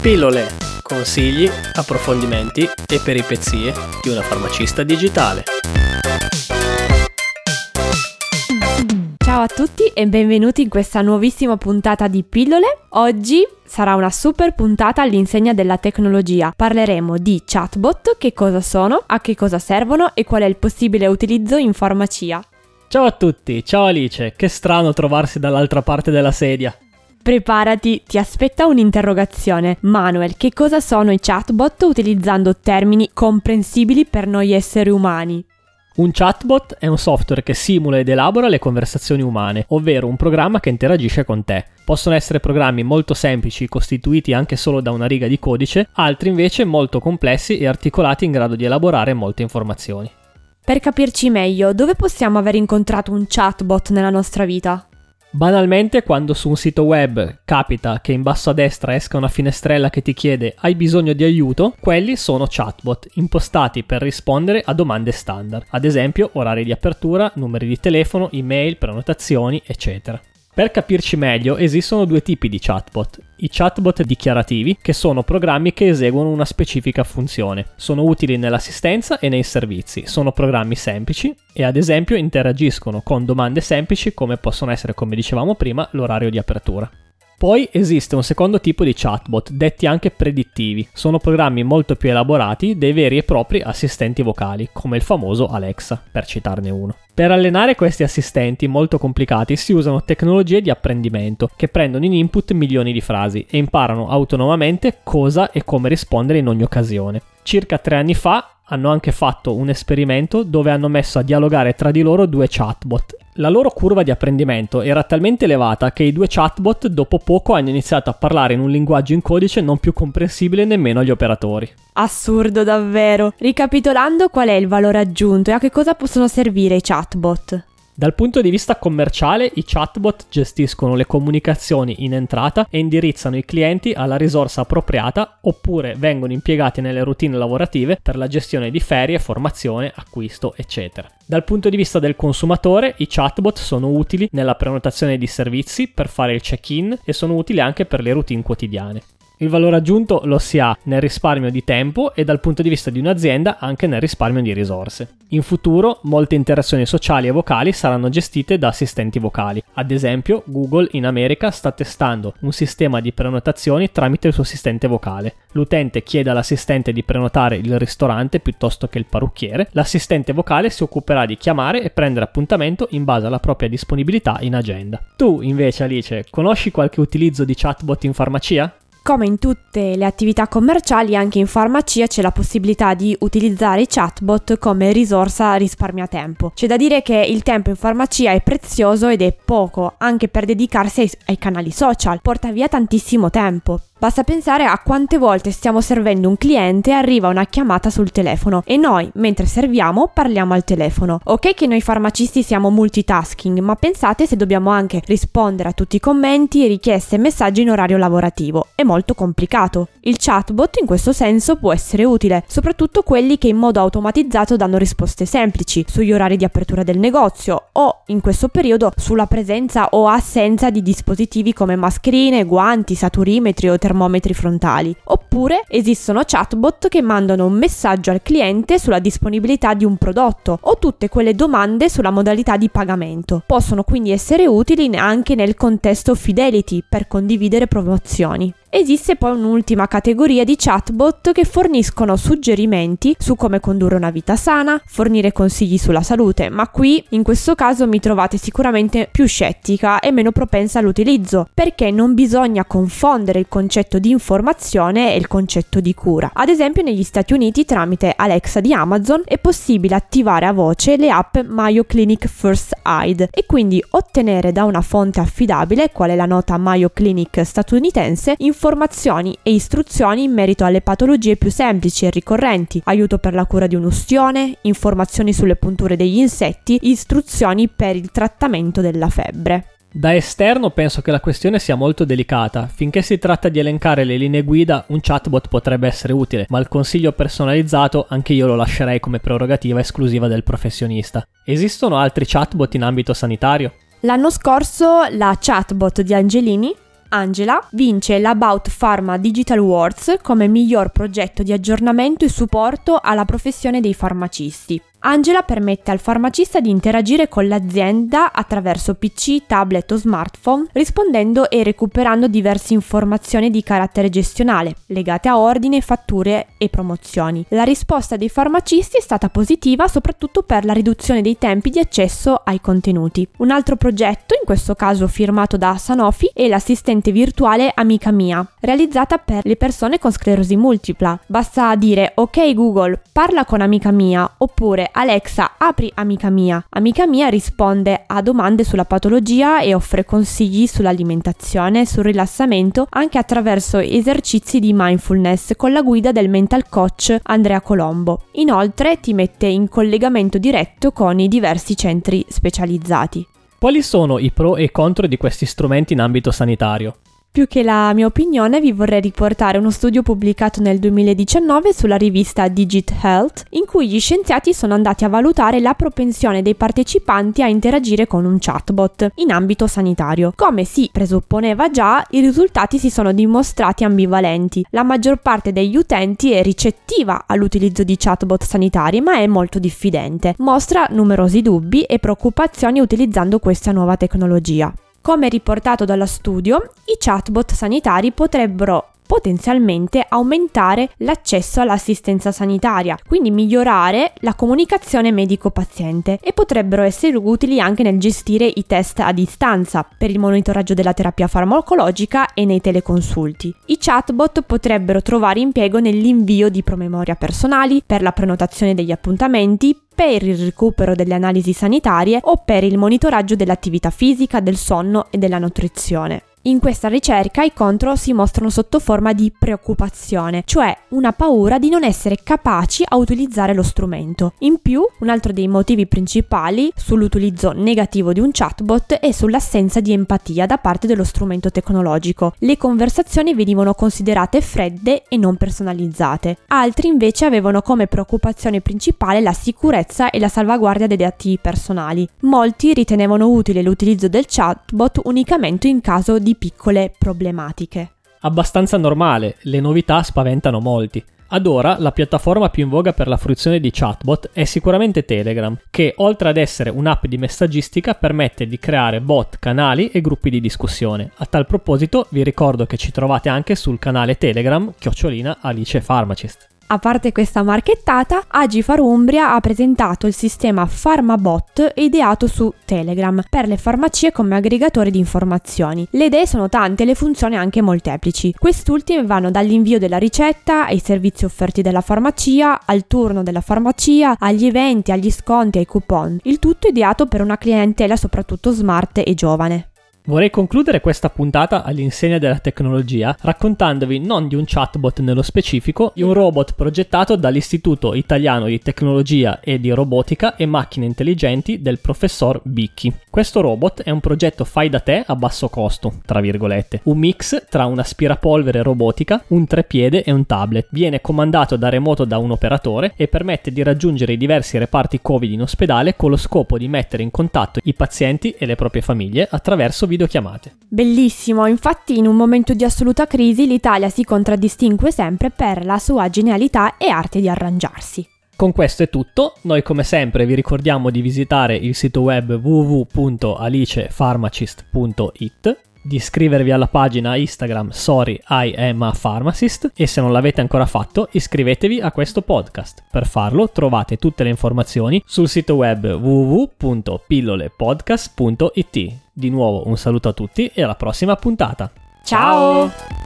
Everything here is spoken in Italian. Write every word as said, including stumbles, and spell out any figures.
Pillole, consigli, approfondimenti e peripezie di una farmacista digitale. Ciao a tutti e benvenuti in questa nuovissima puntata di Pillole. Oggi sarà una super puntata all'insegna della tecnologia. Parleremo di chatbot, che cosa sono, a che cosa servono e qual è il possibile utilizzo in farmacia. Ciao a tutti, ciao Alice, che strano trovarsi dall'altra parte della sedia. Preparati, ti aspetta un'interrogazione. Manuel, che cosa sono i chatbot utilizzando termini comprensibili per noi esseri umani? Un chatbot è un software che simula ed elabora le conversazioni umane, ovvero un programma che interagisce con te. Possono essere programmi molto semplici, costituiti anche solo da una riga di codice, altri invece molto complessi e articolati in grado di elaborare molte informazioni. Per capirci meglio, dove possiamo aver incontrato un chatbot nella nostra vita? Banalmente, quando su un sito web capita che in basso a destra esca una finestrella che ti chiede "hai bisogno di aiuto?", quelli sono chatbot, impostati per rispondere a domande standard, ad esempio orari di apertura, numeri di telefono, email, prenotazioni, eccetera. Per capirci meglio, esistono due tipi di chatbot. I chatbot dichiarativi, che sono programmi che eseguono una specifica funzione. Sono utili nell'assistenza e nei servizi. Sono programmi semplici e ad esempio interagiscono con domande semplici come possono essere, come dicevamo prima, l'orario di apertura. Poi esiste un secondo tipo di chatbot, detti anche predittivi. Sono programmi molto più elaborati dei veri e propri assistenti vocali, come il famoso Alexa, per citarne uno. Per allenare questi assistenti molto complicati si usano tecnologie di apprendimento, che prendono in input milioni di frasi e imparano autonomamente cosa e come rispondere in ogni occasione. Circa tre anni fa hanno anche fatto un esperimento dove hanno messo a dialogare tra di loro due chatbot. La loro curva di apprendimento era talmente elevata che i due chatbot dopo poco hanno iniziato a parlare in un linguaggio in codice non più comprensibile nemmeno agli operatori. Assurdo davvero! Ricapitolando, qual è il valore aggiunto e a che cosa possono servire i chatbot? Dal punto di vista commerciale, i chatbot gestiscono le comunicazioni in entrata e indirizzano i clienti alla risorsa appropriata, oppure vengono impiegati nelle routine lavorative per la gestione di ferie, formazione, acquisto, eccetera. Dal punto di vista del consumatore, i chatbot sono utili nella prenotazione di servizi, per fare il check-in e sono utili anche per le routine quotidiane. Il valore aggiunto lo si ha nel risparmio di tempo e dal punto di vista di un'azienda anche nel risparmio di risorse. In futuro molte interazioni sociali e vocali saranno gestite da assistenti vocali. Ad esempio, Google in America sta testando un sistema di prenotazioni tramite il suo assistente vocale. L'utente chiede all'assistente di prenotare il ristorante piuttosto che il parrucchiere. L'assistente vocale si occuperà di chiamare e prendere appuntamento in base alla propria disponibilità in agenda. Tu invece, Alice, conosci qualche utilizzo di chatbot in farmacia? Come in tutte le attività commerciali, anche in farmacia c'è la possibilità di utilizzare i chatbot come risorsa risparmiatempo. C'è da dire che il tempo in farmacia è prezioso ed è poco, anche per dedicarsi ai, ai canali social, porta via tantissimo tempo. Basta pensare a quante volte stiamo servendo un cliente e arriva una chiamata sul telefono e noi, mentre serviamo, parliamo al telefono. Ok che noi farmacisti siamo multitasking, ma pensate se dobbiamo anche rispondere a tutti i commenti, richieste e messaggi in orario lavorativo. È molto complicato. Il chatbot in questo senso può essere utile, soprattutto quelli che in modo automatizzato danno risposte semplici sugli orari di apertura del negozio o, in questo periodo, sulla presenza o assenza di dispositivi come mascherine, guanti, saturimetri o termometri frontali. Oppure esistono chatbot che mandano un messaggio al cliente sulla disponibilità di un prodotto o tutte quelle domande sulla modalità di pagamento. Possono quindi essere utili anche nel contesto fidelity per condividere promozioni. Esiste poi un'ultima categoria di chatbot che forniscono suggerimenti su come condurre una vita sana, fornire consigli sulla salute, ma qui in questo caso mi trovate sicuramente più scettica e meno propensa all'utilizzo, perché non bisogna confondere il concetto di informazione e il concetto di cura. Ad esempio, negli Stati Uniti tramite Alexa di Amazon è possibile attivare a voce le app Mayo Clinic First Aid e quindi ottenere da una fonte affidabile, quale la nota Mayo Clinic statunitense, informazioni informazioni e istruzioni in merito alle patologie più semplici e ricorrenti, aiuto per la cura di un'ustione, informazioni sulle punture degli insetti, istruzioni per il trattamento della febbre. Da esterno penso che la questione sia molto delicata. Finché si tratta di elencare le linee guida, un chatbot potrebbe essere utile, ma il consiglio personalizzato anche io lo lascerei come prerogativa esclusiva del professionista. Esistono altri chatbot in ambito sanitario? L'anno scorso la chatbot di Angelini Angela vince l'About Pharma Digital Awards come miglior progetto di aggiornamento e supporto alla professione dei farmacisti. Angela permette al farmacista di interagire con l'azienda attraverso P C, tablet o smartphone, rispondendo e recuperando diverse informazioni di carattere gestionale, legate a ordine, fatture e promozioni. La risposta dei farmacisti è stata positiva soprattutto per la riduzione dei tempi di accesso ai contenuti. Un altro progetto, in questo caso firmato da Sanofi, è l'assistente virtuale Amica Mia, realizzata per le persone con sclerosi multipla. Basta dire ok Google, parla con Amica Mia, oppure Alexa, apri Amica Mia. Amica Mia risponde a domande sulla patologia e offre consigli sull'alimentazione, sul rilassamento, anche attraverso esercizi di mindfulness con la guida del mental coach Andrea Colombo. Inoltre ti mette in collegamento diretto con i diversi centri specializzati. Quali sono i pro e contro di questi strumenti in ambito sanitario? Più che la mia opinione vi vorrei riportare uno studio pubblicato nel duemiladiciannove sulla rivista Digit Health, in cui gli scienziati sono andati a valutare la propensione dei partecipanti a interagire con un chatbot in ambito sanitario. Come si presupponeva già, i risultati si sono dimostrati ambivalenti. La maggior parte degli utenti è ricettiva all'utilizzo di chatbot sanitari, ma è molto diffidente. Mostra numerosi dubbi e preoccupazioni utilizzando questa nuova tecnologia. Come riportato dallo studio, i chatbot sanitari potrebbero potenzialmente aumentare l'accesso all'assistenza sanitaria, quindi migliorare la comunicazione medico-paziente, e potrebbero essere utili anche nel gestire i test a distanza, per il monitoraggio della terapia farmacologica e nei teleconsulti. I chatbot potrebbero trovare impiego nell'invio di promemoria personali, per la prenotazione degli appuntamenti, per il recupero delle analisi sanitarie o per il monitoraggio dell'attività fisica, del sonno e della nutrizione. In questa ricerca i contro si mostrano sotto forma di preoccupazione, cioè una paura di non essere capaci a utilizzare lo strumento. In più, un altro dei motivi principali sull'utilizzo negativo di un chatbot è sull'assenza di empatia da parte dello strumento tecnologico. Le conversazioni venivano considerate fredde e non personalizzate. Altri invece avevano come preoccupazione principale la sicurezza e la salvaguardia dei dati personali. Molti ritenevano utile l'utilizzo del chatbot unicamente in caso di piccole problematiche. Abbastanza normale, le novità spaventano molti. Ad ora la piattaforma più in voga per la fruizione di chatbot è sicuramente Telegram, che oltre ad essere un'app di messaggistica permette di creare bot, canali e gruppi di discussione. A tal proposito vi ricordo che ci trovate anche sul canale Telegram chiocciolina Alice Pharmacist. A parte questa marchettata, Agifar Umbria ha presentato il sistema PharmaBot ideato su Telegram per le farmacie come aggregatore di informazioni. Le idee sono tante e le funzioni anche molteplici. Quest'ultime vanno dall'invio della ricetta, ai servizi offerti dalla farmacia, al turno della farmacia, agli eventi, agli sconti, ai coupon. Il tutto ideato per una clientela soprattutto smart e giovane. Vorrei concludere questa puntata all'insegna della tecnologia raccontandovi non di un chatbot nello specifico, di un robot progettato dall'Istituto Italiano di Tecnologia e di Robotica e Macchine Intelligenti del professor Bicchi. Questo robot è un progetto fai da te a basso costo, tra virgolette, un mix tra un aspirapolvere robotica, un trepiede e un tablet. Viene comandato da remoto da un operatore e permette di raggiungere i diversi reparti Covid in ospedale con lo scopo di mettere in contatto i pazienti e le proprie famiglie attraverso videochiamate. Bellissimo, infatti in un momento di assoluta crisi l'Italia si contraddistingue sempre per la sua genialità e arte di arrangiarsi. Con questo è tutto, noi come sempre vi ricordiamo di visitare il sito web w w w punto alice pharmacist punto i t, di iscrivervi alla pagina Instagram Sorry I am a Pharmacist e se non l'avete ancora fatto iscrivetevi a questo podcast. Per farlo trovate tutte le informazioni sul sito web w w w punto pillolepodcast punto i t. Di nuovo un saluto a tutti e alla prossima puntata. Ciao!